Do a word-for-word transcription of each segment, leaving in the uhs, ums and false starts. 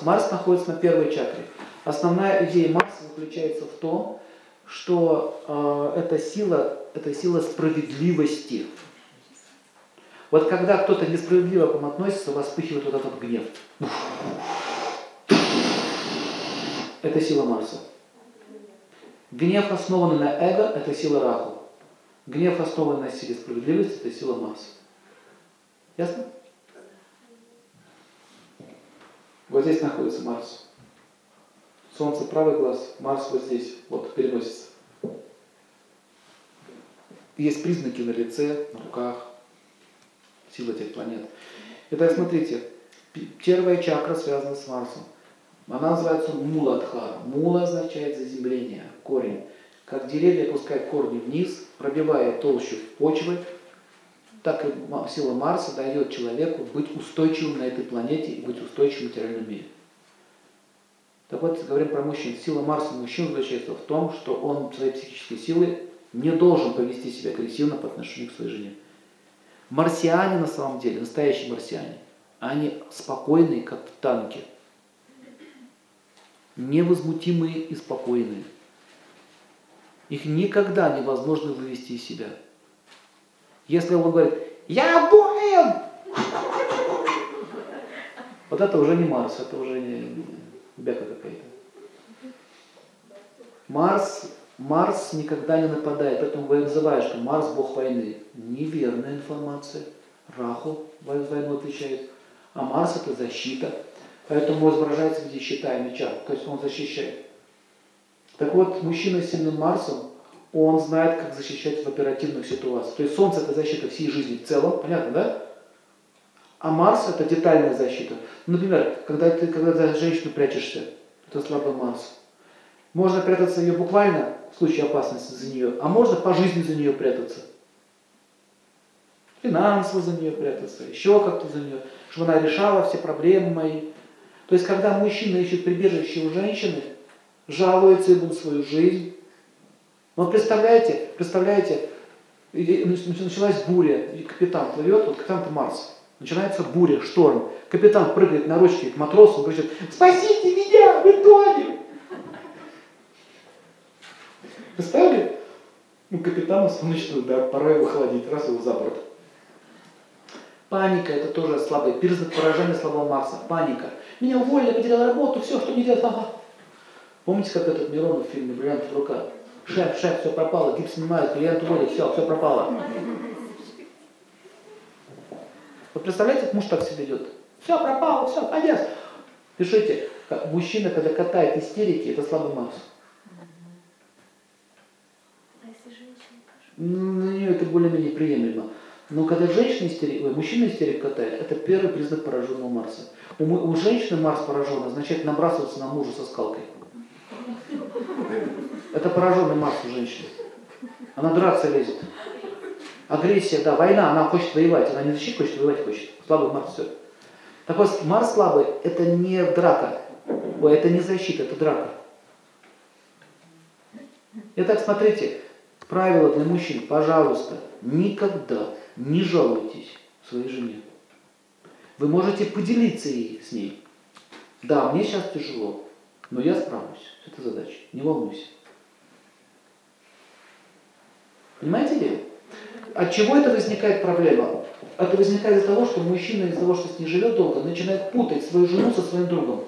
Марс находится на первой чакре. Основная идея Марса заключается в том, что э, это сила, это сила справедливости. Вот когда кто-то несправедливо к вам относится, у вас вспыхивает вот этот гнев. Это сила Марса. Гнев, основанный на эго, это сила Раху. Гнев, основанный на силе справедливости, это сила Марса. Ясно? Вот здесь находится Марс. Солнце правый глаз, Марс вот здесь, вот переносится. Есть признаки на лице, на руках, сила этих планет. Итак, смотрите, первая чакра связана с Марсом. Она называется Муладхара. Мула означает заземление, корень. Как деревья пускают корни вниз, пробивая толщу почвы, так и сила Марса дает человеку быть устойчивым на этой планете и быть устойчивым в материальном мире. Так вот, говорим про мужчин. Сила Марса у мужчин заключается в том, что он своей психической силой не должен повести себя агрессивно по отношению к своей жене. Марсиане на самом деле, настоящие марсиане, они спокойные, как в танке. Невозмутимые и спокойные. Их никогда невозможно вывести из себя. Если он говорит «Я воин!», вот это уже не Марс, это уже не бяка какая-то. Марс, Марс никогда не нападает, поэтому называют, что Марс бог войны. Неверная информация. Раху за войну отвечает. А Марс это защита. Поэтому изображается в виде щита и меча. То есть он защищает. Так вот, мужчина с сильным Марсом, он знает, как защищать в оперативных ситуациях. То есть Солнце это защита всей жизни в целом, понятно, да? А Марс это детальная защита. Например, когда ты когда за женщину прячешься, это слабый Марс. Можно прятаться ее буквально в случае опасности за нее, а можно по жизни за нее прятаться. Финансово за нее прятаться, еще как-то за нее, чтобы она решала все проблемы мои. То есть, когда мужчина ищет прибежище у женщины, жалуется ему свою жизнь. Вот представляете, представляете, началась буря, и капитан плывет, вот капитан-то Марс. Начинается буря, шторм. Капитан прыгает на ручки к матросу, кричит: «Спасите меня, мы тонем!» Представили? Ну, капитану солнечного, да, пора его охладить, раз его за борт. Паника – это тоже слабый признак поражения слабого Марса. Паника. Меня уволили, потерял работу, все, что не делать, ага. Помните, как этот Миронов в фильме «Бриллиантовая рука»? Шеф, шеф, все пропало, гипс снимают, клиент уволит, все, все пропало. Вы представляете, как муж так себя ведет? Все пропало, все, конец. Пишите, как мужчина, когда катает истерики, это слабый Марс. А если женщина тоже? На нее это более-менее приемлемо. Но когда женщина истерик, ой, мужчина истерик катает, это первый признак пораженного Марса. У, у женщины Марс поражен означает набрасываться на мужа со скалкой. Это пораженный Марс у женщины. Она драться лезет. Агрессия, да, война, она хочет воевать. Она не защитить хочет, воевать хочет. Слабый Марс, все. Так вот, Марс слабый, это не драка. Ой, это не защита, это драка. Итак, смотрите, правило для мужчин, пожалуйста, никогда не жалуйтесь своей жене. Вы можете поделиться ей с ней. Да, мне сейчас тяжело, но я справлюсь с этой задачей. Не волнуйся. Понимаете идею? От чего это возникает проблема? Это возникает из-за того, что мужчина из-за того, что с ней живет долго, начинает путать свою жену со своим другом.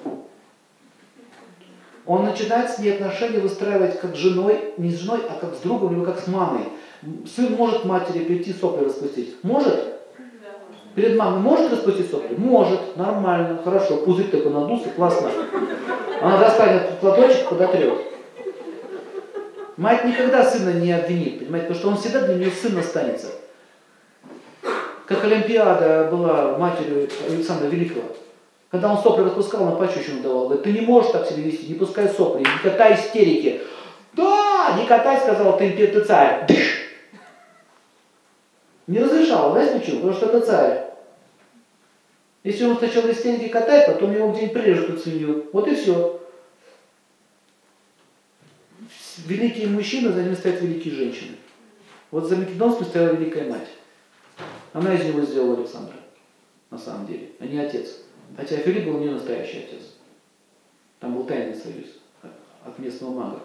Он начинает с ней отношения выстраивать как с женой, не с женой, а как с другом, либо как с мамой. Сын может матери прийти сопли распустить? Может? Перед мамой может распустить сопли? Может, нормально, хорошо. Пузырь такой надулся, классно. Она достанет платочек, подотрет. Мать никогда сына не обвинит, понимаете, потому что он всегда для нее сын останется. Как Олимпиада была матерью Александра Великого. Когда он сопли распускал, она пощечину давала. Говорит, ты не можешь так себя вести, не пускай сопли, не катай истерики. Да, не катай, сказал, ты, ты царь. Не разрешал, знаете почему? Потому что это царь. Если он сначала истерики катает, потом его где-нибудь прирежут как свинью. Вот и все. Великие мужчины, за ними стоят великие женщины. Вот за Македонским стояла великая мать. Она из него сделала Александра, на самом деле, а не отец. Хотя Филипп был не настоящий отец. Там был тайный союз от местного мага.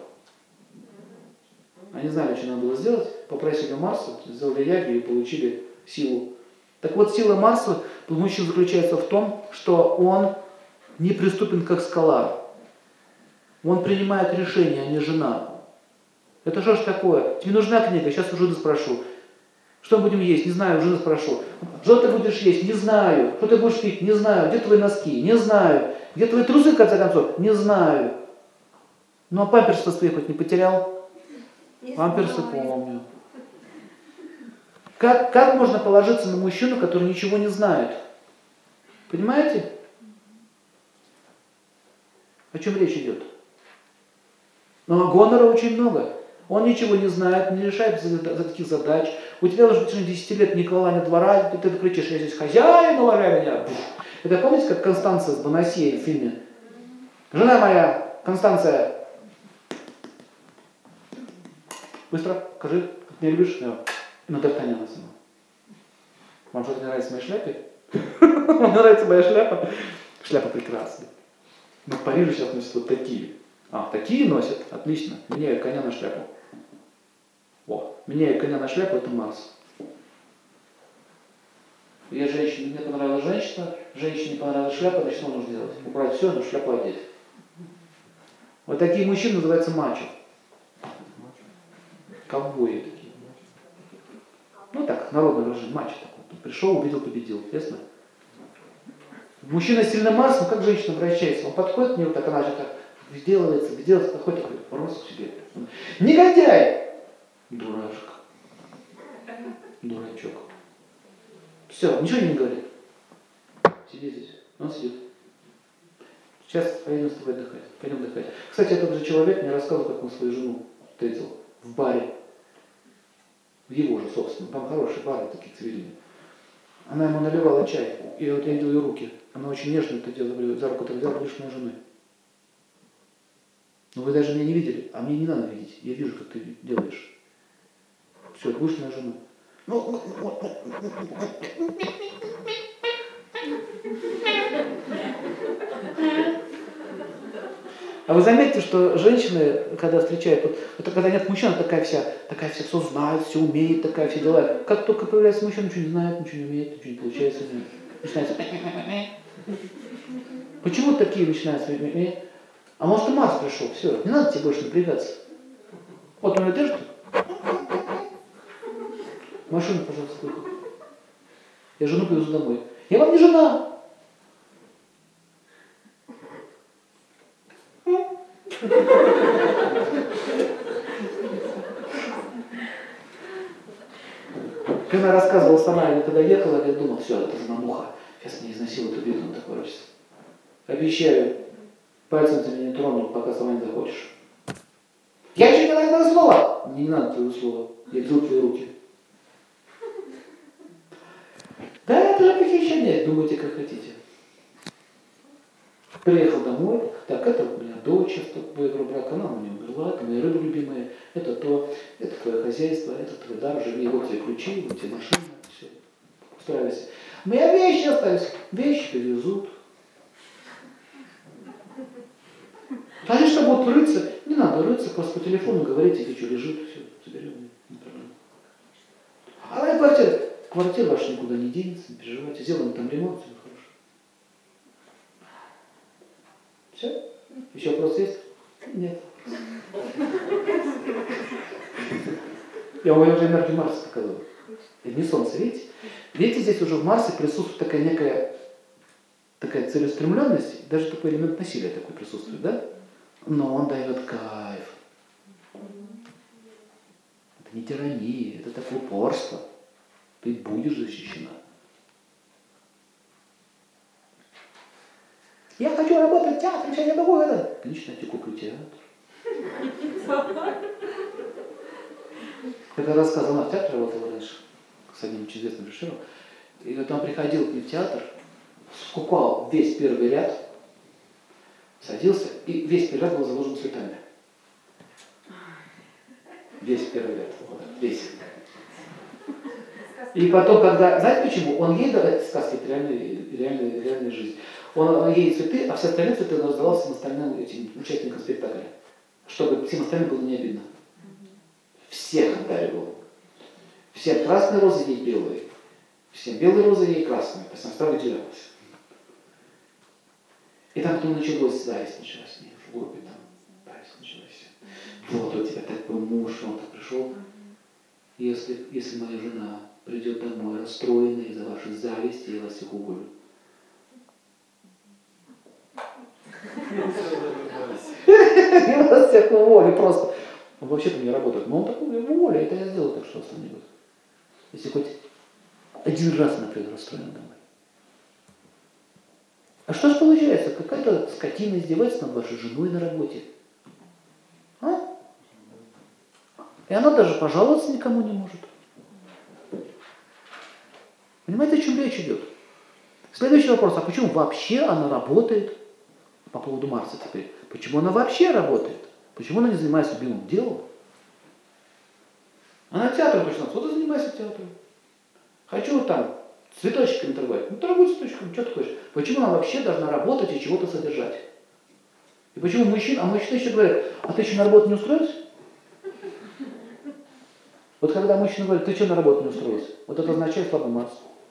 Они знали, что надо было сделать, попросили Марса, сделали ягью и получили силу. Так вот, сила Марса мужчин заключается в том, что он неприступен как скала. Он принимает решения, а не жена. Это что ж такое? Тебе нужна книга? Сейчас у жены спрошу. Что мы будем есть? Не знаю, у жены спрошу. Что ты будешь есть? Не знаю. Что ты будешь пить? Не знаю. Где твои носки? Не знаю. Где твои трусы, в конце концов? Не знаю. Ну а памперсы свои хоть не потерял? Не памперсы знаю. Помню. Как, как можно положиться на мужчину, который ничего не знает? Понимаете? О чем речь идет? Но гонора очень много. Он ничего не знает, не решает за, за таких задач. У тебя уже в течение десяти лет ни кола, ни двора, ты, ты кричишь, я здесь хозяин, уважай меня. Это помните, как Констанция с Бонасье в фильме? Жена моя, Констанция. Быстро, скажи, как меня любишь? На Д'Артаньяна сама. Вам что-то не нравится в моей шляпе? Вам нравится моя шляпа? Шляпа прекрасная. Но в Париже сейчас носят вот такие. А, такие носят? Отлично. Меняю коня на шляпу. О, меняю коня на шляпу, это Марс. Я женщина, мне понравилась женщина, женщине понравилась шляпа, значит, что нужно делать? Убрать все, но шляпу одеть. Вот такие мужчины называются мачо. Ковбои такие. Ну так, народное выражение, мачо такой. Пришел, увидел, победил. Ясно? Мужчина с сильным Марсом, как женщина обращается? Он подходит к нему, так она же так сделывается, делается, подходит такой, просто к себе. Негодяй! Дурашка. Дурачок. Все, ничего не говорит. Сиди здесь. Он сидит. Сейчас пойдем с тобой отдыхать. Пойдем отдыхать. Кстати, этот же человек мне рассказывал, как он свою жену встретил в баре. В его же, собственно. Там хорошие бары такие цивильные. Она ему наливала чай. И вот я видел ее руки. Она очень нежно это делала. За руку так взяла, будешь моей женой. Но вы даже меня не видели. А мне не надо видеть. Я вижу, как ты делаешь. Все, будешь моей женой. А вы заметите, что женщины, когда встречают, вот, это когда нет мужчин, такая вся, такая вся все знает, все умеет, такая все дела. Как только появляется мужчина, ничего не знает, ничего не умеет, ничего не получается. Начинается. Почему такие начинаются? А может и Марс пришел, все, не надо тебе больше напрягаться. Вот он и держит. Машину, пожалуйста, только. Я жену повезу домой. Я вам не жена. Когда она рассказывала сама, я когда ехала, я думал, все, это замануха. Сейчас меня изнасилуют, убьют, он такой ворочится. Обещаю, пальцем ты меня не тронул, пока сама не захочешь. Я еще не надо этого слова. Мне не надо твоего слова. Я взял твои руки. Да, это же похищение. Думайте, как хотите. Приехал домой. Так, это у меня дочь, это твой брак, она у меня умерла, это мои рыбы любимые, это то, это твое хозяйство, это твой дар, живи, вот тебе ключи, вот тебе машина, все. Устраивайся. Мои вещи остались. Вещи привезут. А если что будут рыться, не надо рыться, просто по телефону говорите, где что лежит, все, заберем, не проблема. А моя квартира, квартира ваша никуда не денется, не переживайте, сделаем там ремонт, все хорошо. Все? Еще вопрос есть? Нет. Я вам уже энергию Марса показал. Это не Солнце, видите? Видите, здесь уже в Марсе присутствует такая некая такая целеустремленность, даже такой элемент насилия такой присутствует, да? Но он дает кайф. Это не тирания, это такое упорство. Ты будешь защищена. Я хочу работать в театре, сейчас я могу это. Конечно, я тебе куплю театр. Когда рассказывал, она в театре работала раньше, с одним очень известным режиссером, и вот он приходил к ней в театр, скупал весь первый ряд, садился, и весь первый ряд был заложен цветами. Весь первый ряд, вот, весь. И потом, когда, знаете почему? Он ей давал сказки, это реальная, реальная, реальная жизнь. Он ей цветы, а все остальные цветы он раздавал всем остальным этим участникам спектакля, чтобы всем остальным было не обидно. Всех одаривал. Всем красные розы, ей белые. Всем белые розы, ей красные. То есть она стала выделялась. И там потом началось зависть, началась с ней в группе. Там зависть началась. Вот у тебя такой муж, он так пришел. Если, если моя жена придет домой расстроенная из-за вашей зависти, я вас всех уволю. Я вас всех уволю просто. Он вообще-то не работает. Но он такой, уволю, это я сделаю, так что остальные будут. Если хоть один раз, например, расстроен домой. А что же получается? Какая-то скотина издевается над вашей женой на работе. А? И она даже пожаловаться никому не может. Понимаете, о чем речь идет? Следующий вопрос. А почему вообще она работает? По поводу Марса теперь. Почему она вообще работает? Почему она не занимается любимым делом? Она театром пришла. Вот и занимайся театром. Хочу там цветочками торговать. Ну, торгуй цветочками, что ты хочешь? Почему она вообще должна работать и чего-то содержать? И почему мужчина, а мужчины еще говорят, а ты еще на работу не устроился? Вот когда мужчина говорит, ты что на работу не устроился? Вот это означает слабый Марс.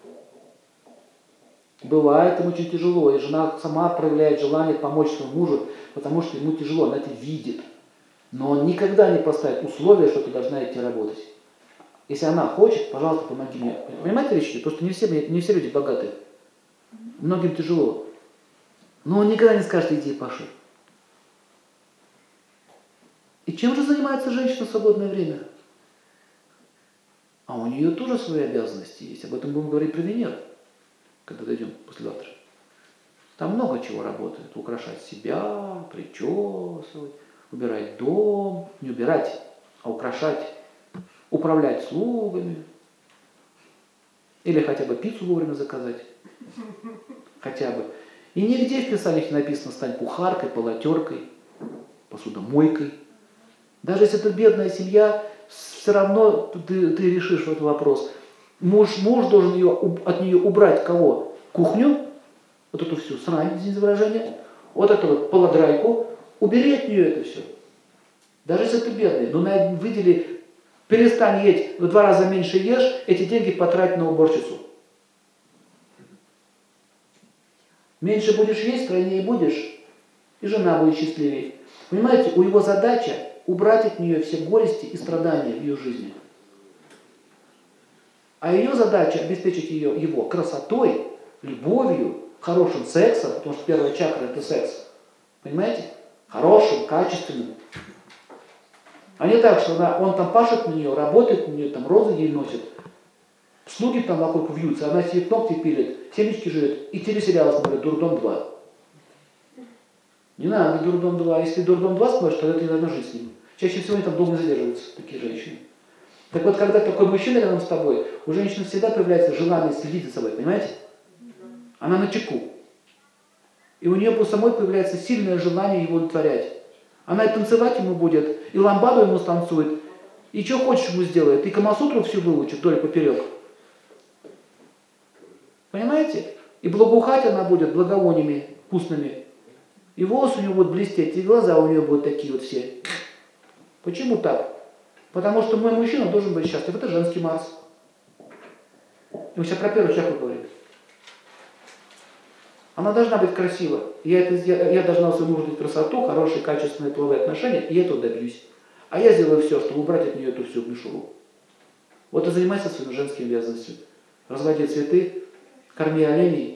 Бывает им очень тяжело, и жена сама проявляет желание помочь своему мужу, потому что ему тяжело, она это видит. Но он никогда не поставит условия, что ты должна идти работать. Если она хочет, пожалуйста, помоги мне. Понимаете речь? Просто не все, не все люди богатые. Многим тяжело. Но он никогда не скажет, иди паши. И чем же занимается женщина в свободное время? А у нее тоже свои обязанности есть. Об этом будем говорить про Венеру, когда дойдем послезавтра. Там много чего работает. Украшать себя, причесывать, убирать дом. Не убирать, а украшать. Управлять слугами. Или хотя бы пиццу вовремя заказать. Хотя бы. И нигде в Писаниях не написано, стань кухаркой, полотеркой, посудомойкой. Даже если это бедная семья, все равно ты, ты решишь этот вопрос. Муж, муж должен ее, от нее убрать кого? Кухню, вот эту всю срань, извините за выражение, вот эту вот полодрайку, убери от нее это все. Даже если ты бедный, но на, выдели, перестань есть, в два раза меньше ешь, эти деньги потрать на уборщицу. Меньше будешь есть, стройнее будешь, и жена будет счастливее. Понимаете, у его задача убрать от нее все горести и страдания в ее жизни. А ее задача обеспечить ее, его красотой, любовью, хорошим сексом, потому что первая чакра – это секс. Понимаете? Хорошим, качественным. А не так, что она, он там пашет на нее, работает на нее, там розы ей носит, слуги там вокруг вьются, она себе ногти пилит, семечки жует и телесериал смотрит «Дурдом два». Не надо «Дурдом два». Если «Дурдом два» смотришь, тогда ты не должна жить с ним. Чаще всего они там долго задерживаются, такие женщины. Так вот, когда такой мужчина рядом с тобой, у женщины всегда появляется желание следить за собой, понимаете? Она на чеку. И у нее у самой появляется сильное желание его удовлетворять. Она и танцевать ему будет, и ламбаду ему станцует, и что хочешь ему сделает, и камасутру всю выучит вдоль и поперек. Понимаете? И благоухать она будет благовониями вкусными. И волосы у нее будут блестеть, и глаза у нее будут такие вот все. Почему так? Потому что мой мужчина должен быть счастлив. Это женский Марс. И мы сейчас про первую чакру говорим. Она должна быть красива. Я, это, я, я должна своему мужу дать красоту, хорошие, качественные половые отношения, и я этого добьюсь. А я сделаю все, чтобы убрать от нее эту всю мишуру. Вот и занимайся своими женскими обязанностями. Разводи цветы, корми оленей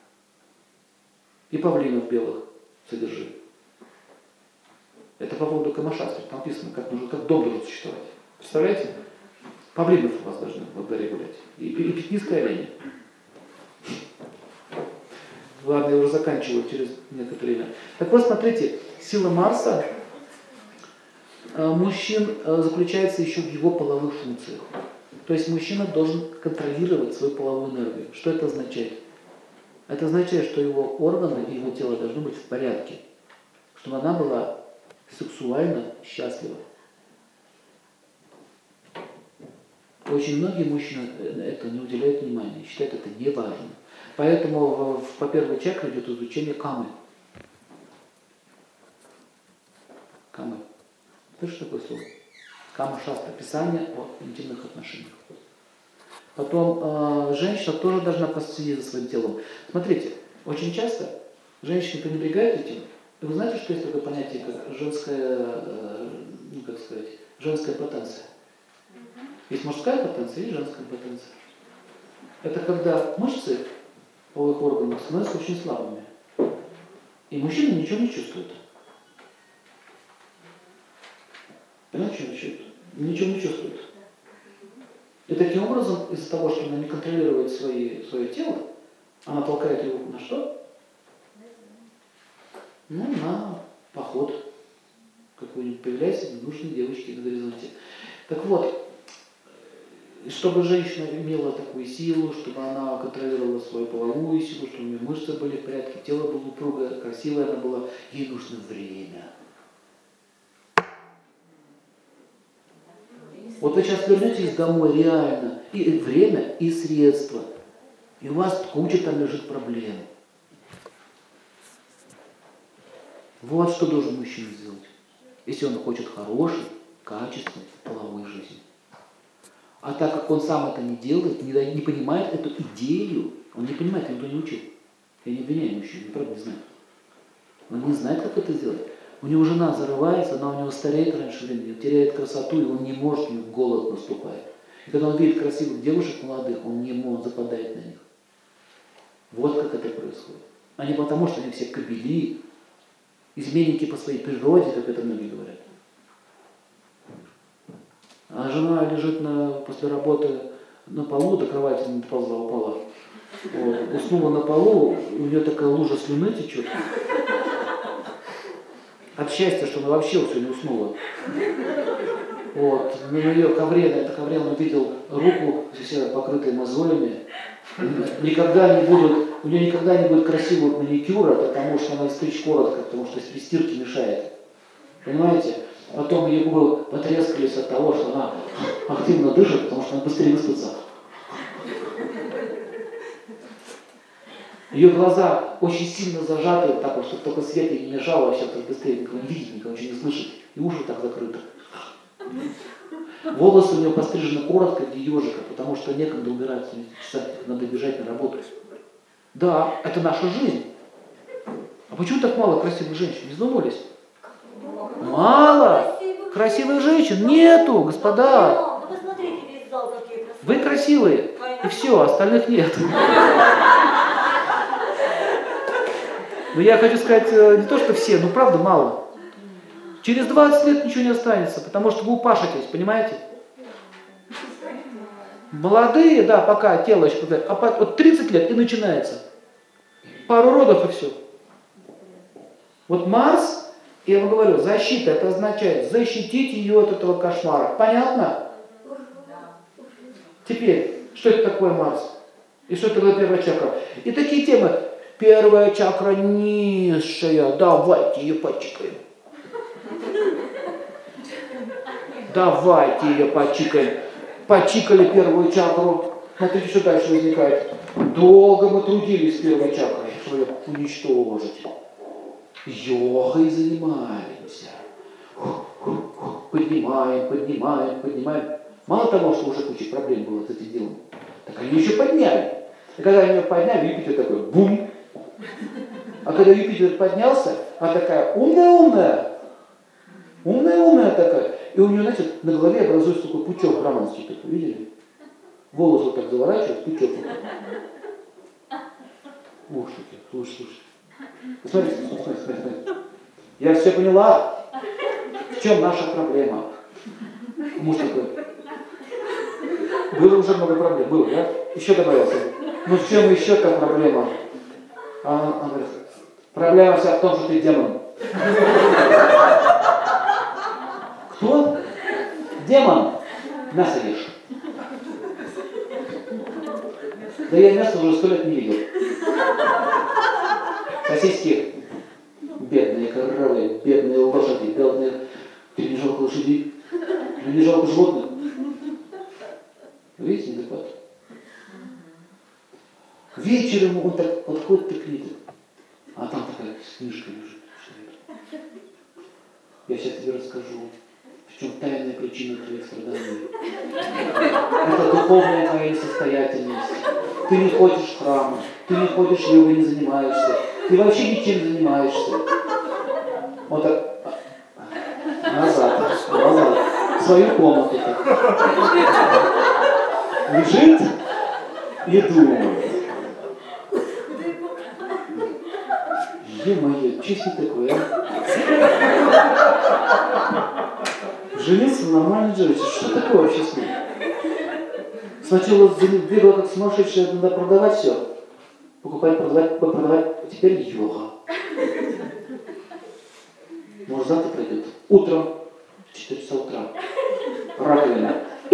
и павлинов белых содержи. Это по поводу Камашастры. Там написано, как, нужно, как дом должен существовать. Представляете? Павлинов у вас должны во дворе гулять. И, и пятнистые олени. Ладно, я уже заканчиваю через некоторое время. Так вот, смотрите, сила Марса мужчин заключается еще в его половых функциях. То есть мужчина должен контролировать свою половую энергию. Что это означает? Это означает, что его органы и его тело должны быть в порядке. Чтобы она была сексуально счастлива. Очень многие мужчины это не уделяют внимания, считают это неважно. Поэтому в, в, по первой чакре идет изучение камы. Камы. Слышишь такое слово? Кама-шастра, писание о интимных отношениях. Потом э, женщина тоже должна последить за своим телом. Смотрите, очень часто женщины пренебрегают этим. И вы знаете, что есть такое понятие, как женская, э, ну как сказать, женская потенция? Есть мужская потенция и женская потенция. Это когда мышцы половых органов становятся очень слабыми. И мужчина ничего не чувствует. Понимаете, что значит? Ничего не чувствует. И таким образом, из-за того, что она не контролирует свои, свое тело, она толкает его на что? Ну, на поход. Какой-нибудь появляется ненужной девочки на горизонте. Так вот, чтобы женщина имела такую силу, чтобы она контролировала свою половую силу, чтобы у нее мышцы были в порядке, тело было упругое, красивое она была, ей нужно время. Вот вы сейчас вернетесь домой реально, и время, и средства, и у вас куча там лежит проблем. Вот что должен мужчина сделать, если он хочет хорошей, качественной половой жизни. А так как он сам это не делает, не, не понимает эту идею, он не понимает, никто не учил. Я не обвиняю мужчину, он правда не знает. Он не знает, как это сделать. У него жена зарывается, она у него стареет раньше времени, теряет красоту, и он не может, у него голод наступает. И когда он видит красивых девушек молодых, он не может, он западает на них. Вот как это происходит. А не потому, что они все кобели, изменники по своей природе, как это многие говорят. А жена лежит на, после работы на полу, до кровати не доползла, упала. Вот. Уснула на полу, у нее такая лужа слюны течет. От счастья, что она вообще все не уснула. Вот. На ее ковре, на этой ковре он увидел руку, вся покрытая мозолями. Никогда не будут, у нее никогда не будет красивого маникюра, потому что она стричь коротко, потому что при стирке мешает. Понимаете? Потом ее губы потрескались от того, что она активно дышит, потому что она быстрее выспится. Ее глаза очень сильно зажаты, так вот, чтобы только свет ей не мешал, вообще так быстрее никого не видеть, никого ничего не слышит. И уши так закрыты. Волосы у нее пострижены коротко, где ежика, потому что некогда убираться, надо бежать на работу. Да, это наша жизнь. А почему так мало красивых женщин? Не задумывались? Мало красивых женщин нету, господа. Ну посмотрите весь зал, какие красивые. Вы красивые, и все, остальных нет. Но я хочу сказать не то, что все, но правда мало. Через двадцать лет ничего не останется, потому что вы упашитесь, понимаете? Молодые, да, пока тело еще, а вот тридцать лет и начинается. Пару родов и все. Вот Марс, я вам говорю, защита, это означает защитить ее от этого кошмара. Понятно? Теперь, что это такое Марс? И что такое первая чакра? И такие темы. Первая чакра низшая, давайте ее почикаем. Давайте ее почикаем. Почикали первую чакру. Смотрите, что дальше возникает. Долго мы трудились с первой чакрой, чтобы ее уничтожить. Йогой занимаемся. Поднимаем, поднимаем, поднимаем. Мало того, что уже куча проблем было с этим делом, так они еще подняли. И когда они ее подняли, Юпитер такой бум. А когда Юпитер поднялся, она такая умная-умная. Умная-умная такая. И у нее, знаете, на голове образуется такой пучок романский такой, видели? Волосы вот так заворачивают, пучок такой. Ух, такие, слушай, слушай. Посмотрите, смотрите, смотрите, смотрите. Я все поняла. В чем наша проблема? Муж такой. Было уже много проблем, было, да? Еще добавился. Ну в чем еще та проблема? А он, он говорит, проблема вся в том, что ты демон. Кто? Демон. Мясо ешь. Да я мясо уже сто лет не видел. Сосиски бедные коровы, бедные лошади, бедные. Тебе не жалко лошадей? Тебе не жалко животных? Видите, адекват? вечером он так подходит, так видит. А там такая книжка лежит. Я сейчас тебе расскажу, в чем тайная причина твоих страданий. Это духовная твоя несостоятельность. Ты не ходишь в храм, ты не ходишь, йогой не занимаешься, ты вообще ничем не занимаешься. Вот так. Назад, назад. В свою комнату. Лежит и думает. Е-мое, что с ней такое, а? Женился на нормальной девушке. Что такое вообще с ним? Сначала бегал как сумасшедшая, надо продавать все. Покупать, продавать, продавать. А теперь йога. Может, завтра пройдет. Утром. В четыре часа утра. Раковина.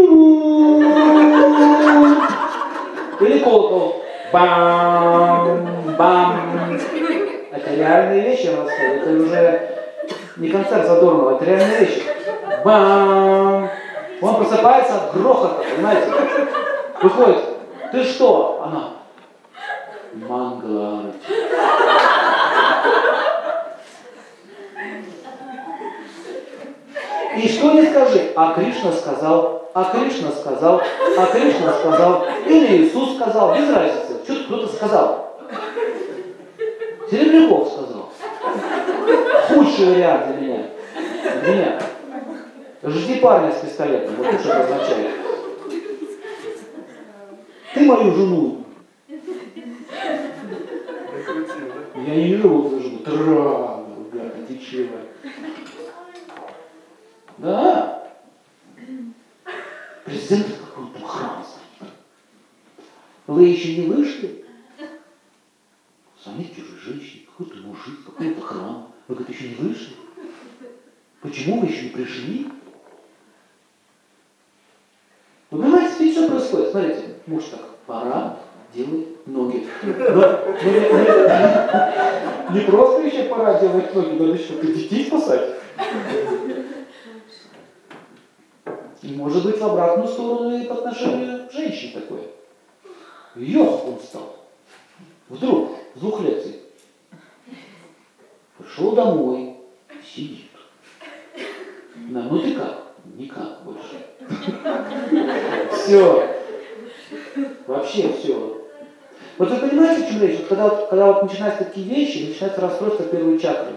Или колокол. Бам! Бам! Это реальные вещи, я вам скажу. Это уже не концерт Задорнова, это реальные вещи. Бам! Он просыпается от грохота, понимаете? Выходит. Ты что? Она. Мангала. И что не скажи, а Кришна сказал, а Кришна сказал, а Кришна сказал, или Иисус сказал, без разницы, что-то кто-то сказал. Серебряков сказал. Худший вариант для меня. Для меня. Жди парня с пистолетом, вот что это означает. Ты мою жену. Я не люблю вот эту жену. Тра, гата, течевая. Да. Президент какой-то храм. Вы еще не вышли? Заметьте уже женщины, какой-то мужик, какой-то храм. Вы, говорит, еще не вышли? Почему вы еще не пришли? Вы понимаете, здесь что происходит? Смотрите, муж так, пора, делает ноги. Но, не, не, не просто еще пора делать ноги, надо еще детей спасать. И может быть в обратную сторону и по отношению к женщине такое. Ёх, он стал. Вдруг, с двух лекций. Пришел домой, сидит. Да, ну ты как? Никак больше. Все. Вообще все. Вот вы понимаете, о чем речь? Вот когда, вот, когда вот начинаются такие вещи, начинается расстройство первой чакры.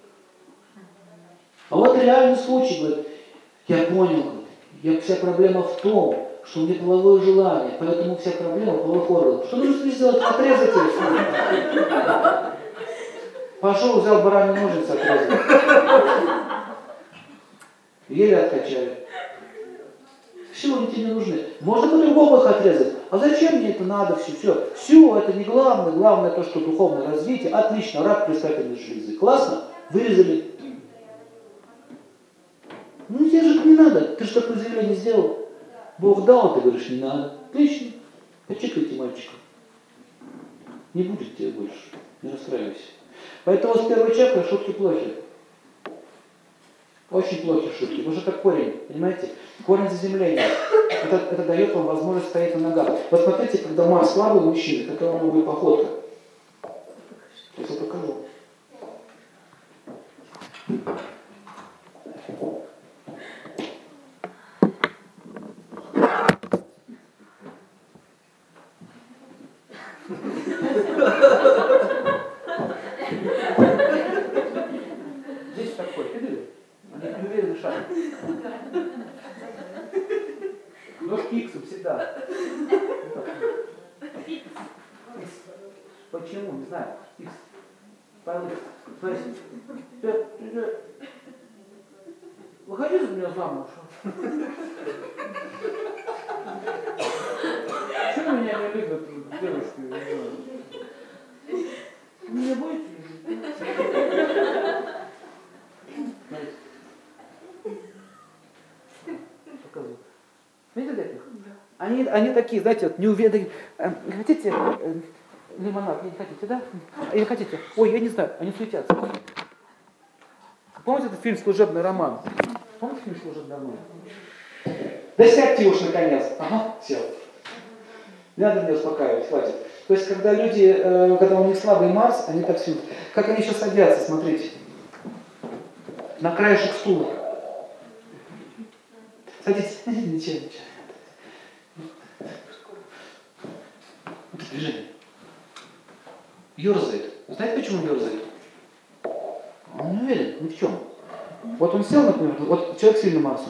А вот реальный случай, говорит, я понял, я, вся проблема в том, что у меня половое желание, поэтому вся проблема половых органов. Что нужно сделать? Отрезать их. Пошел, взял баранью ножницы, отрезал. Еле откачали. Все, они тебе не нужны. Можно по-другому их отрезать. А зачем мне это надо все? Все, все, это не главное. Главное то, что духовное развитие. Отлично, рак предстательной железы. Классно? Вырезали. Ну тебе же это не надо. Ты же такое заявление сделал. Бог дал, а ты говоришь, не надо. Отлично. Почекайте мальчика. Не будет тебя больше. Не расстраивайся. Поэтому с первой чакры шутки плохи. Очень плохие шутки. Вы же как корень, понимаете? Корень заземления. Это, это дает вам возможность стоять на ногах. Вот смотрите, когда Марс слабый мужчина, какая у него будет походка. Сейчас я покажу. Здесь такой, видели? Неуверенный шаг. Ножки иксом всегда. Почему? Не знаю. Икс. Смотрите. Выходи за меня замуж. Почему меня не любят девушки? Вы меня боитесь? Смотрите. Показываю. Видели их? Они, они такие, знаете, вот, неуверенные. Э, хотите э, лимонад? Не хотите, да? Или хотите? Ой, я не знаю, они суетятся. Помните этот фильм «Служебный роман»? Помните фильм «Служебный роман»? Да сядьте уж наконец. Ага, сел. Не надо меня успокаивать, хватит. То есть, когда люди, когда у них слабый Марс, они так сидят. Как они сейчас садятся, смотрите. На краешек стула. Садитесь. Ничего, ничего. Вот это движение. Ёрзает. Знаете, почему он ёрзает? Он не уверен ни в чем. Вот он сел, например, вот человек сильно Марсом.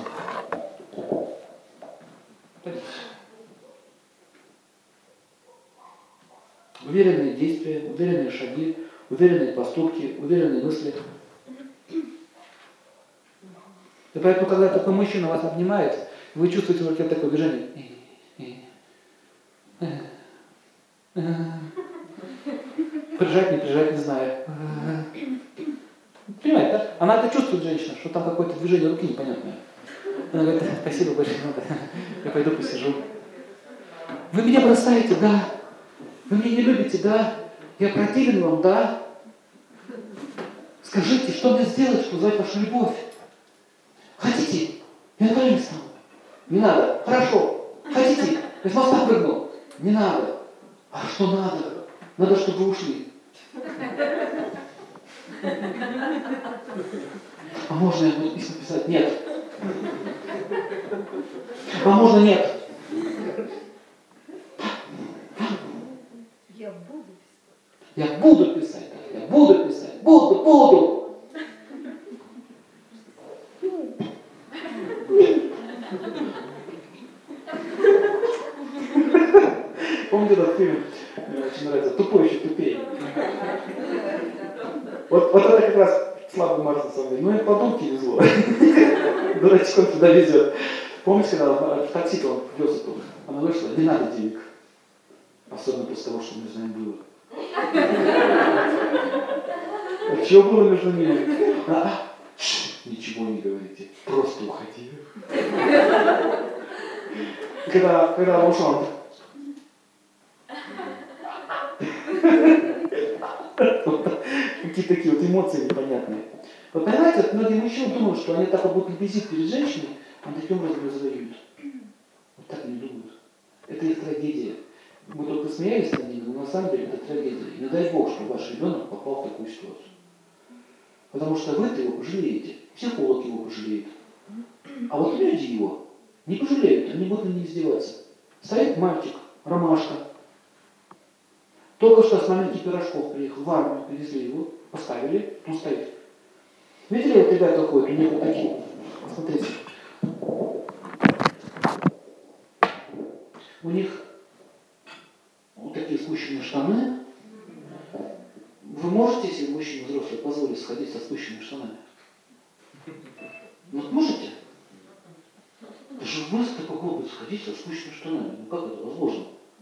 Уверенные действия, уверенные шаги, уверенные поступки, уверенные мысли. И поэтому, когда такой мужчина вас обнимает, вы чувствуете в руке такое движение. Прижать, не прижать, не знаю. Понимаете, да? Она это чувствует, женщина, что там какое-то движение руки непонятное. Она говорит, спасибо большое, я пойду посижу. Вы меня бросаете, да. Вы меня не любите, да. Я противен вам, да. Скажите, что мне сделать, чтобы вызвать вашу любовь? Хотите? Я на колени стану. Не надо. Хорошо. Хотите? Я с моста прыгнул. Не надо. А что надо? Надо, чтобы вы ушли. А можно я буду письма писать? Нет. А можно нет? Я буду. Я буду писать. Я буду писать. Буду, буду. Помните этот фильм? Мне очень нравится. Тупой еще тупее. Вот, вот это как раз слабый Марс на самом деле. Ну и подумки везло. Дурачком туда везет. Помните, когда в такси он вез эту, она вышла, не надо денег. Особенно после того, что между нами было. А чего было между ними? А, ничего не говорите, просто уходи. Когда, когда он ушел, он... Какие-то такие вот эмоции непонятные. Вы понимаете, многие мужчины думают, что они так вот будут лебезить перед женщиной, а таким образом завоюют. Вот так не думают. Это их трагедия. Мы только смеялись над ними, но на самом деле это трагедия. И не дай Бог, чтобы ваш ребенок попал в такую ситуацию. Потому что вы-то его пожалеете. Психолог его пожалеет. А вот люди его не пожалеют, они будут на них издеваться. Стоит мальчик, ромашка. Только что с маленьких пирожков приехал, в армию привезли его, поставили, он стоит. Видели, вот ребята ходят, у них вот такие, посмотрите. У них вот такие спущенные штаны. Вы можете, если мужчина взрослый, позволить сходить со спущенными штанами? Ну, можете? Это же вы такой глупый сходить со спущенными штанами. Ну как это возможно?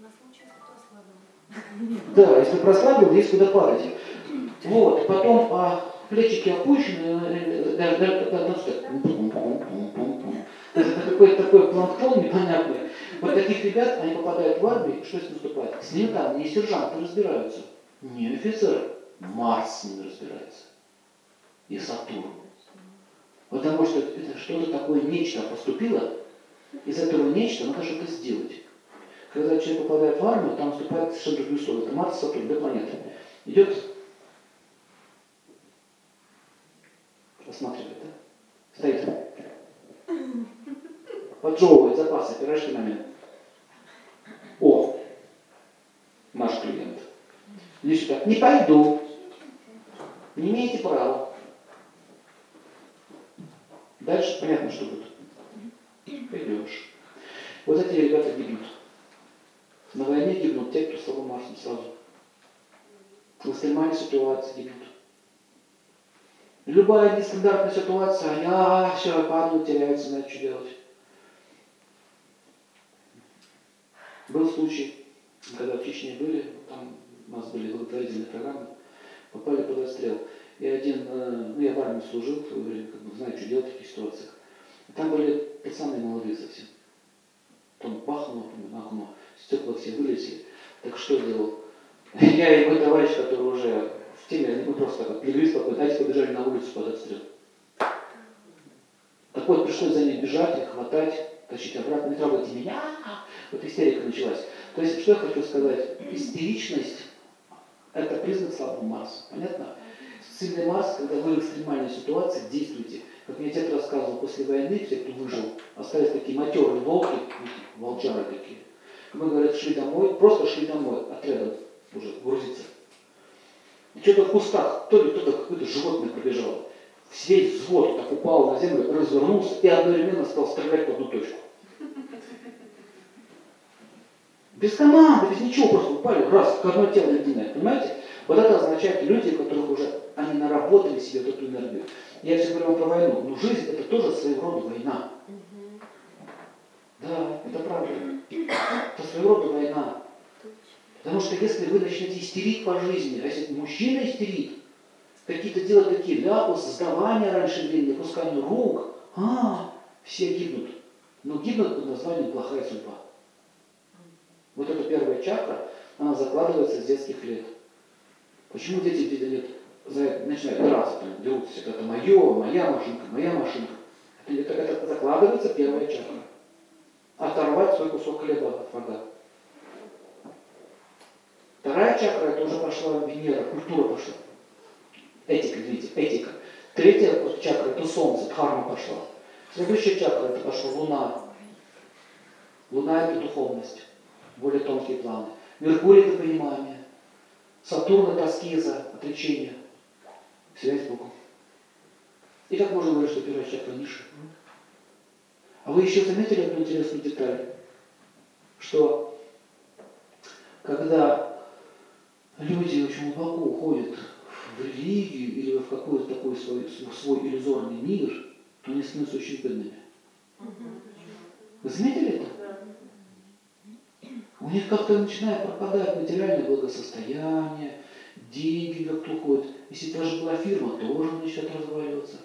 Да, если прослабил, есть куда падать. Вот, потом а, плечики опущены, даже, даже, даже, это какой-то такой планктон непонятный. Вот таких ребят, они попадают в армию, что с ним наступает? С ним там не сержанты разбираются, не офицеры, Марс с ними разбирается. И Сатурн. Потому что это что-то такое, нечто поступило, из этого нечто надо что-то сделать. Когда человек попадает в армию, там наступает совершенно другие условия. Это Марс, Сатурн, две планеты. Идет, посматривает, да? Стоит. Поджевывает запасы, пирожки на меня. О, наш клиент. Иди сюда. Не пойду. Не имеете права. Дальше понятно, что будет. Пойдешь. Вот эти ребята гибнут. На войне гибнут те, кто слабым Марсом сразу. В экстремальной ситуации гибнут. Любая нестандартная ситуация, я все, падаю, теряется, знаю, что делать. Был случай, когда в Чечне были, там у нас были благотворительные программы, попали под расстрел. И один, ну я в армии служил в свое время, как бы знаю, что делать в таких ситуациях. И там были пацаны молодые совсем. Там бахнуло на окно, стекла все вылезли. Так что делал? Я и мой товарищ, который уже в теме, мы просто так легли спокойно, дайте побежали на улицу под отстрел. Так вот, пришлось за ней бежать, их хватать, тащить обратно, не трогайте меня, Вот истерика началась. То есть, что я хочу сказать? Истеричность – это признак слабого Марса. Понятно? Сильный Марс, когда вы в экстремальной ситуации действуете. Как мне дед рассказывал, после войны все, кто выжил, остались такие матерые волки, волчары такие. Мы, говорят, шли домой, просто шли домой, отрядом уже грузиться. И что-то в кустах, то ли кто-то какое-то животное пробежало. Весь взвод так упал на землю, развернулся и одновременно стал стрелять в одну точку. Без команды, без ничего, просто упали, раз, как одно тело единое, понимаете? Вот это означает люди, у которых уже они наработали себе эту энергию. Я все говорю вам про войну, но жизнь это тоже своего рода война. Да, это правда. Это своего рода война. Потому что если вы начнете истерить по жизни, а если мужчина истерит, какие-то делать такие ляпусы, сдавания раньше времени, пускание рук, а, все гибнут. Но гибнут под названием плохая судьба. Вот эта первая чакра, она закладывается с детских лет. Почему дети где-то нет, начинают драться, там, дерутся, это мое, моя машинка, моя машинка. Это, это, это закладывается первая чакра. Оторвать свой кусок хлеба от врага. Вторая чакра, это уже пошла Венера, культура пошла. Этика, видите, этика. Третья чакра, это Солнце, дхарма пошла. Следующая чакра, это пошла Луна. Луна это духовность, более тонкие планы. Меркурий это понимание. Сатурн это аскеза, отречение. Связь с Богом. И как можно говорить, что первая чакра ниже? А вы еще заметили одну интересную деталь? Что когда люди очень глубоко уходят в религию или в какой-то такой свой, свой иллюзорный мир, то они становятся очень бедными. Вы заметили это? У них как-то начинает пропадать материальное благосостояние, деньги как-то уходят. Если это даже была фирма, тоже начинает разваливаться.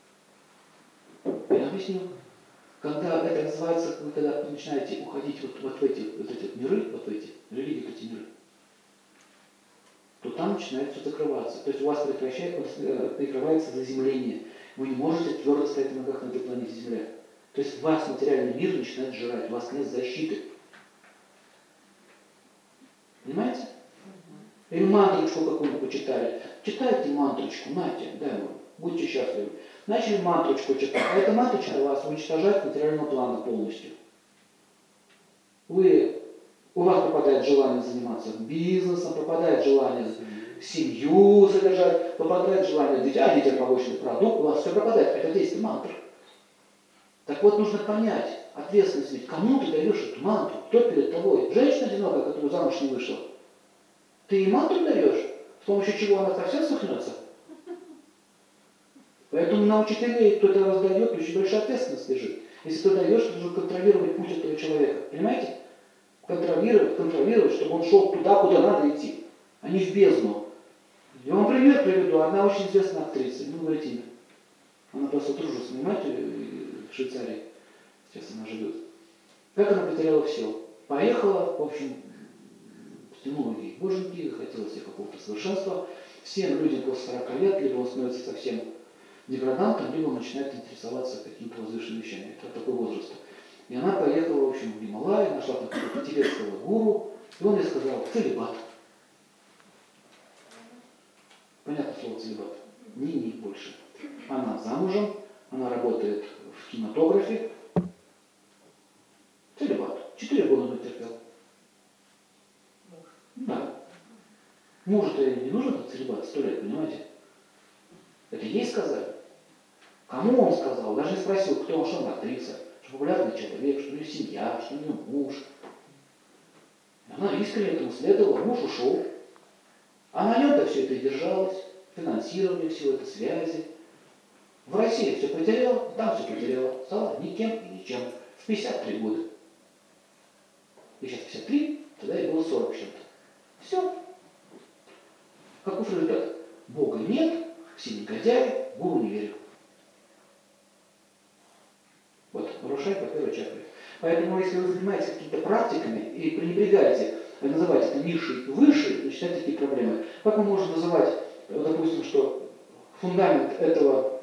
Я объясню. Когда это называется, вы когда начинаете уходить вот, вот в эти, вот эти миры, вот в эти религии, вот эти миры, то там начинает все закрываться. То есть у вас прекращает, прикрывается заземление. Вы не можете твердо стоять на ногах на этой планете Земля. То есть вас материальный мир начинает жрать, у вас нет защиты. Понимаете? Или мантрочку какую-нибудь почитали. Читайте мантрочку, нате, дай вам, будьте счастливы. Начали мантрочку читать, а эта мантрочка вас уничтожает материального плана полностью. Вы, у вас пропадает желание заниматься бизнесом, пропадает желание семью содержать, пропадает желание детей, а детям побочный продукт, у вас все пропадает. Это действие мантры. Так вот, нужно понять, ответственность ведь, кому ты даешь эту мантру, кто перед тобой? Женщина одинокая, которая замуж не вышла. Ты ей мантру даешь, с помощью чего она совсем сохнется? Поэтому на учителей, кто это раздает, очень большая ответственность лежит. Если ты даешь, ты должен контролировать путь этого человека. Понимаете? Контролировать, контролировать, чтобы он шел туда, куда надо идти, а не в бездну. Я вам пример приведу. Одна очень известная актриса, не говорите имя. Она просто дружит с моей матерью в Швейцарии. Сейчас она живет. Как она потеряла все? Поехала, в общем, стянула ей боженьки, хотелось ей какого-то совершенства. Всем людям после сорока лет, либо он становится совсем деградантом, либо он начинает интересоваться какими-то возвышенными вещами. Это такой возраст. И она поехала, в общем, в Гималай, нашла там какого-то тибетского гуру, и он ей сказал: целибат. Понятно слово целибат? Ни-ни больше. Она замужем, она работает в кинематографе. Целибат. Четыре года он терпел. Да. Мужу-то не нужен этот целибат, сто лет, понимаете? Это ей сказали. Кому он сказал? Даже не спросил, кто он, что он актриса, что популярный человек, что у нее семья, что у нее муж. Она искренне этому следовала, муж ушел. А на нем-то все это и держалось, финансирование, все это, связи. В России все потеряла, там все потеряла, стала никем и ничем. В пятьдесят три года. И сейчас пятьдесят три, тогда ей было сорок с чем-то. Все. Каков результат? Бога нет, все негодяи, Богу не верю. Вот, нарушай по первой чакре. Поэтому, если вы занимаетесь какими-то практиками и пренебрегаете, называть это низшей и высшей, начинаются такие проблемы. Как мы можем называть, допустим, что фундамент этого,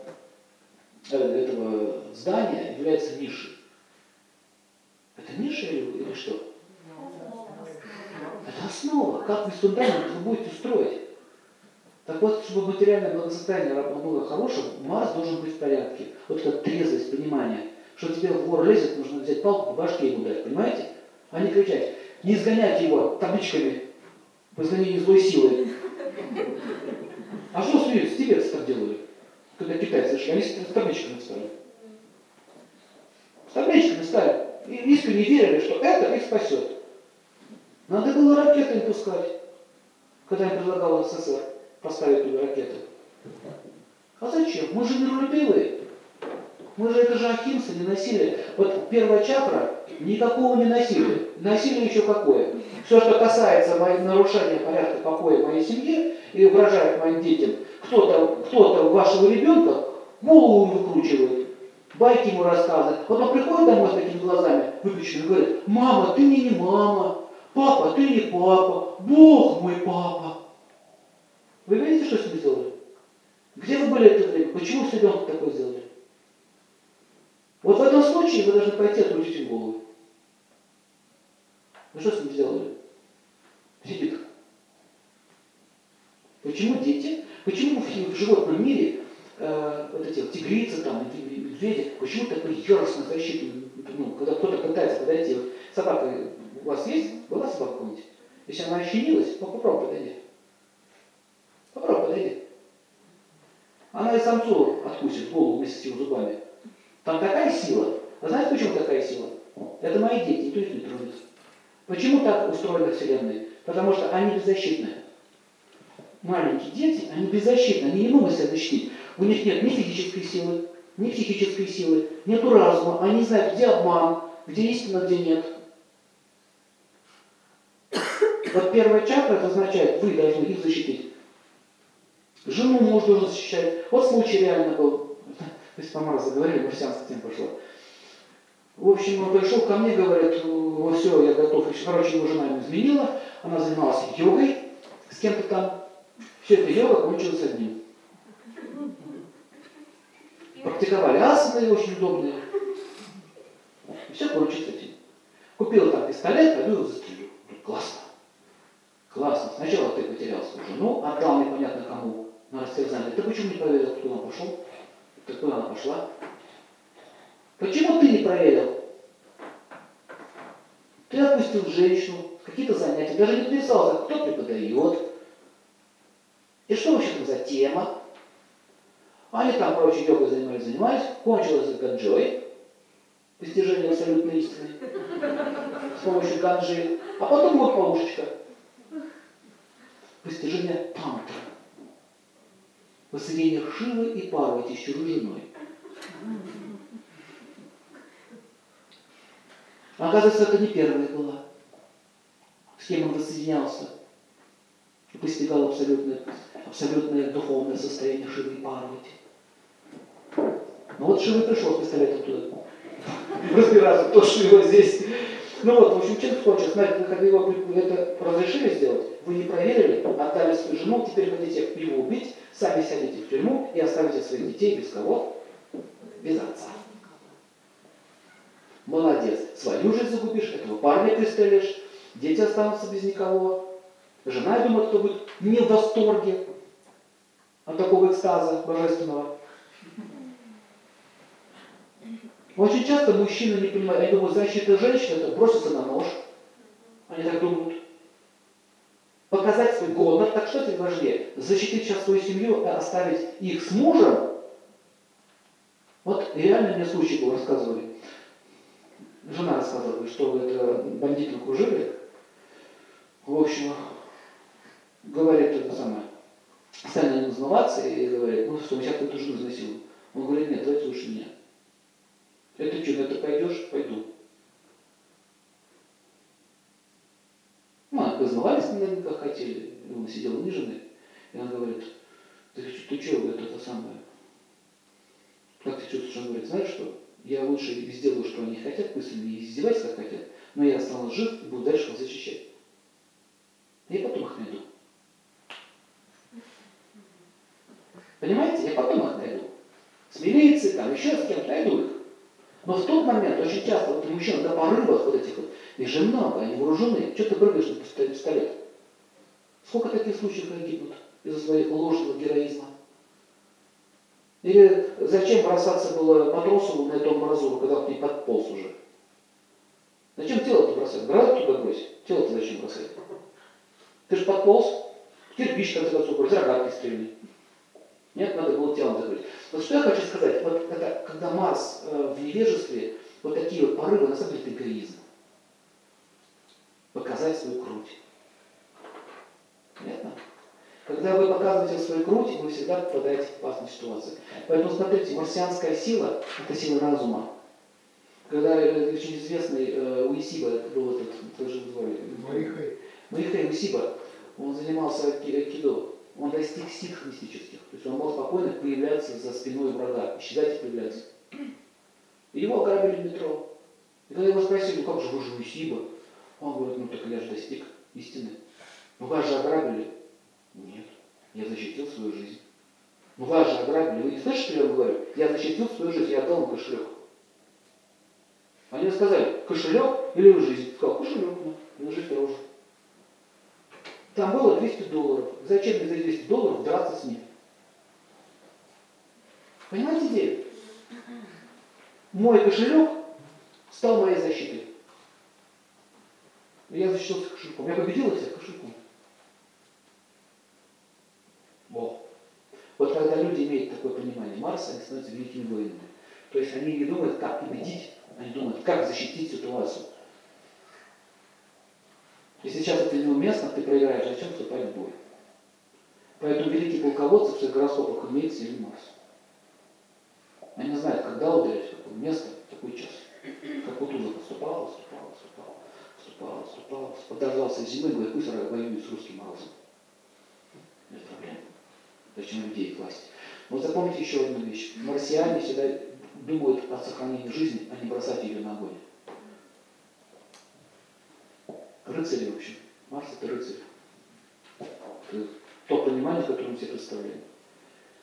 этого здания является нишей? Это ниша или, или что? как из фундамента вы будете строить? Так вот, чтобы материальное благосостояние было хорошим, Марс должен быть в порядке. Вот как трезвость, понимание, что тебе вор лезет, нужно взять палку, по башке ему дать, понимаете? А не кричать, не изгоняйте его табличками по изгонению злой силы. А что смеются? Тибетцы так делали, когда китайцы шли, они с табличками стали. С табличками стали. И искренне верили, что это их спасет. Надо было ракеты им пускать, когда им предлагал СССР поставить туда ракеты. А зачем? Мы же миролюбивые. Мы же, это же Ахимса, не насилие. Вот первая чакра никакого не насилия. Насилие еще какое? Все, что касается нарушения порядка покоя в моей семье и угрожает моим детям, кто-то кто-то вашего ребенка голову выкручивает, байки ему рассказывает. Вот он приходит домой с такими глазами выключенными и говорит: мама, ты мне не мама, папа, ты не папа, Бог мой папа. Вы видите, что с ним сделали? Где вы были это время? Почему с ребенком такое сделали? Вот в этом случае вы должны пойти отрубить им голову. Вы что с ним сделали? Сидит. Почему дети? Почему в животном мире э, вот эти вот тигрицы, там, медведи, почему такой яростно защитный? Ну, когда кто-то пытается подойти, вот собака у вас есть? Была собака какая-нибудь? Если она ощенилась, ну попробуй подойди. Попробуй подойди. Она и самцу откусит голову вместе с его зубами. Там такая сила. А знаете, почему такая сила? Это мои дети, никто их не тронет. Почему так устроена Вселенная? Потому что они беззащитны. Маленькие дети, они беззащитны, они не могут себя защитить. У них нет ни физической силы, ни психической силы, нету разума, они не знают, где обман, где истина, где нет. Вот первая чакра, это означает, вы должны их защитить. Жену муж должен защищать. Вот случай реально был. То есть по Марсу заговорили, марсианская тема пошла. В общем, он пришел ко мне, говорит: ну все, я готов. Короче, его жена ему изменила, она занималась йогой с кем-то там. Все это йога кончилась одним. Практиковали асаны очень удобные. И все кончилось этим. Купил там пистолет, пойду его застрелю. Классно. Классно. Сначала ты потерял свою жену, отдал непонятно кому на растерзание. Ты почему не проверил, куда она пошел? Куда она пошла? Почему ты не проверил? Ты отпустил женщину, какие-то занятия, даже не интересовался, кто преподает. И что вообще там за тема? Они там, короче, йогой занимались, занимались, кончилось ганджой, постижение абсолютной истины, с помощью ганджи, а потом вот полушечка. Постижение тантра. Воссоединение Шивы и Парвати с чужой женой. Оказывается, это не первая была, с кем он воссоединялся и постигал абсолютное, абсолютное духовное состояние Шивы и Парвати. Ну вот Шива пришел с пистолетом туда. Разбираться, кто Шива здесь. Ну вот, в общем, чем кончилось? Смотрите, когда его это разрешили сделать, вы не проверили, отдали свою жену, теперь хотите его убить, сами сядете в тюрьму и оставите своих детей без кого? Без отца. Молодец. Свою жизнь загубишь, этого парня пристрелишь, дети останутся без никого. Жена, я думаю, кто будет не в восторге от такого экстаза божественного. Очень часто мужчины не понимают, они думают, защита женщины — это броситься на нож. Они так думают. Показать свой гонор, так что это важнее? Защитить сейчас свою семью, а оставить их с мужем? Вот реально мне случай был, рассказывали. Жена рассказывала, что это бандиты окружили. В общем, говорит это самое. Стали на него узнаваться и говорит: ну что, мы сейчас эту жену изнасилуем. Он говорит: нет, давайте лучше меня. Это что, на это пойдешь? Пойду. Ну, они познавались наверняка, хотели. Он сидел униженный. И он говорит: ты, ты что, это, это самое? Как ты чувствуешь? Он говорит: знаешь что? Я лучше сделаю, что они хотят, пусть они издеваются, как хотят, но я останусь жив и буду дальше их защищать. И я потом их найду. Понимаете? Я потом их найду. С милицией, там, еще с кем-то найду их. Но в тот момент очень часто вот мужчины до порывов вот этих вот, их же много, они вооружены. Что ты прыгаешь на пистолет? Сколько таких случаев они гибнут из-за своего ложного героизма? Или зачем бросаться было матросу на эту амбразуру, когда ты подполз уже? Зачем тело-то бросать? Гранату туда бросить? Тело-то зачем бросать? Ты же подполз, кирпич, в конце концов, брось, рогатки стрельни. Нет, надо было телом закрыть. Вот что я хочу сказать, вот это, когда Марс э, в невежестве, вот такие вот порывы, на самом деле, это эгоизм. Показать свою грудь. Понятно? Когда вы показываете свою грудь, вы всегда попадаете в опасную ситуацию. Поэтому смотрите, марсианская сила – это сила разума. Когда э, очень известный э, Уисиба, это был этот, тоже звали, Морихей. Морихей Уисиба, он занимался айкидо. Он достиг ситх мистических. То есть он мог спокойно появляться за спиной врага, исчезать и появляться. И его ограбили в метро. И когда его спросили, ну как же вы же Уисиба? Он говорит, ну так я же достиг истины. Ну вас же ограбили. Нет, я защитил свою жизнь. Ну вас же ограбили. Вы не слышите, что я вам говорю? Я защитил свою жизнь, я отдал им кошелек. Они мне сказали, кошелек или жизнь? Сказал, кошелек, ну, и жизнь тоже. Там было двести долларов. Зачем мне за двести долларов драться с ним? Понимаете идею? Мой кошелек стал моей защитой. Я защитился кошельком. Я победил всех кошельком. Во. Вот когда люди имеют такое понимание Марса, они становятся великими воинами. То есть они не думают, как победить, они думают, как защитить ситуацию. Если сейчас это неуместно, ты проиграешь, зачем вступать в бой? Поэтому великие полководцы в своих гороскопах имеют сильный Марс. Они знают, когда ударить, в какое место, в какой час. Как Кутузов поступал, поступал, поступал, поступал, поступал, подождался зимы, говорит, пусть воюет с русским морозом. Нет проблем. Зачем людей класть? Но запомните еще одну вещь. Марсиане всегда думают о сохранении жизни, а не бросать ее на огонь. Рыцари, в общем. Марс это рыцарь. Это то понимание, которое мы себе представляем.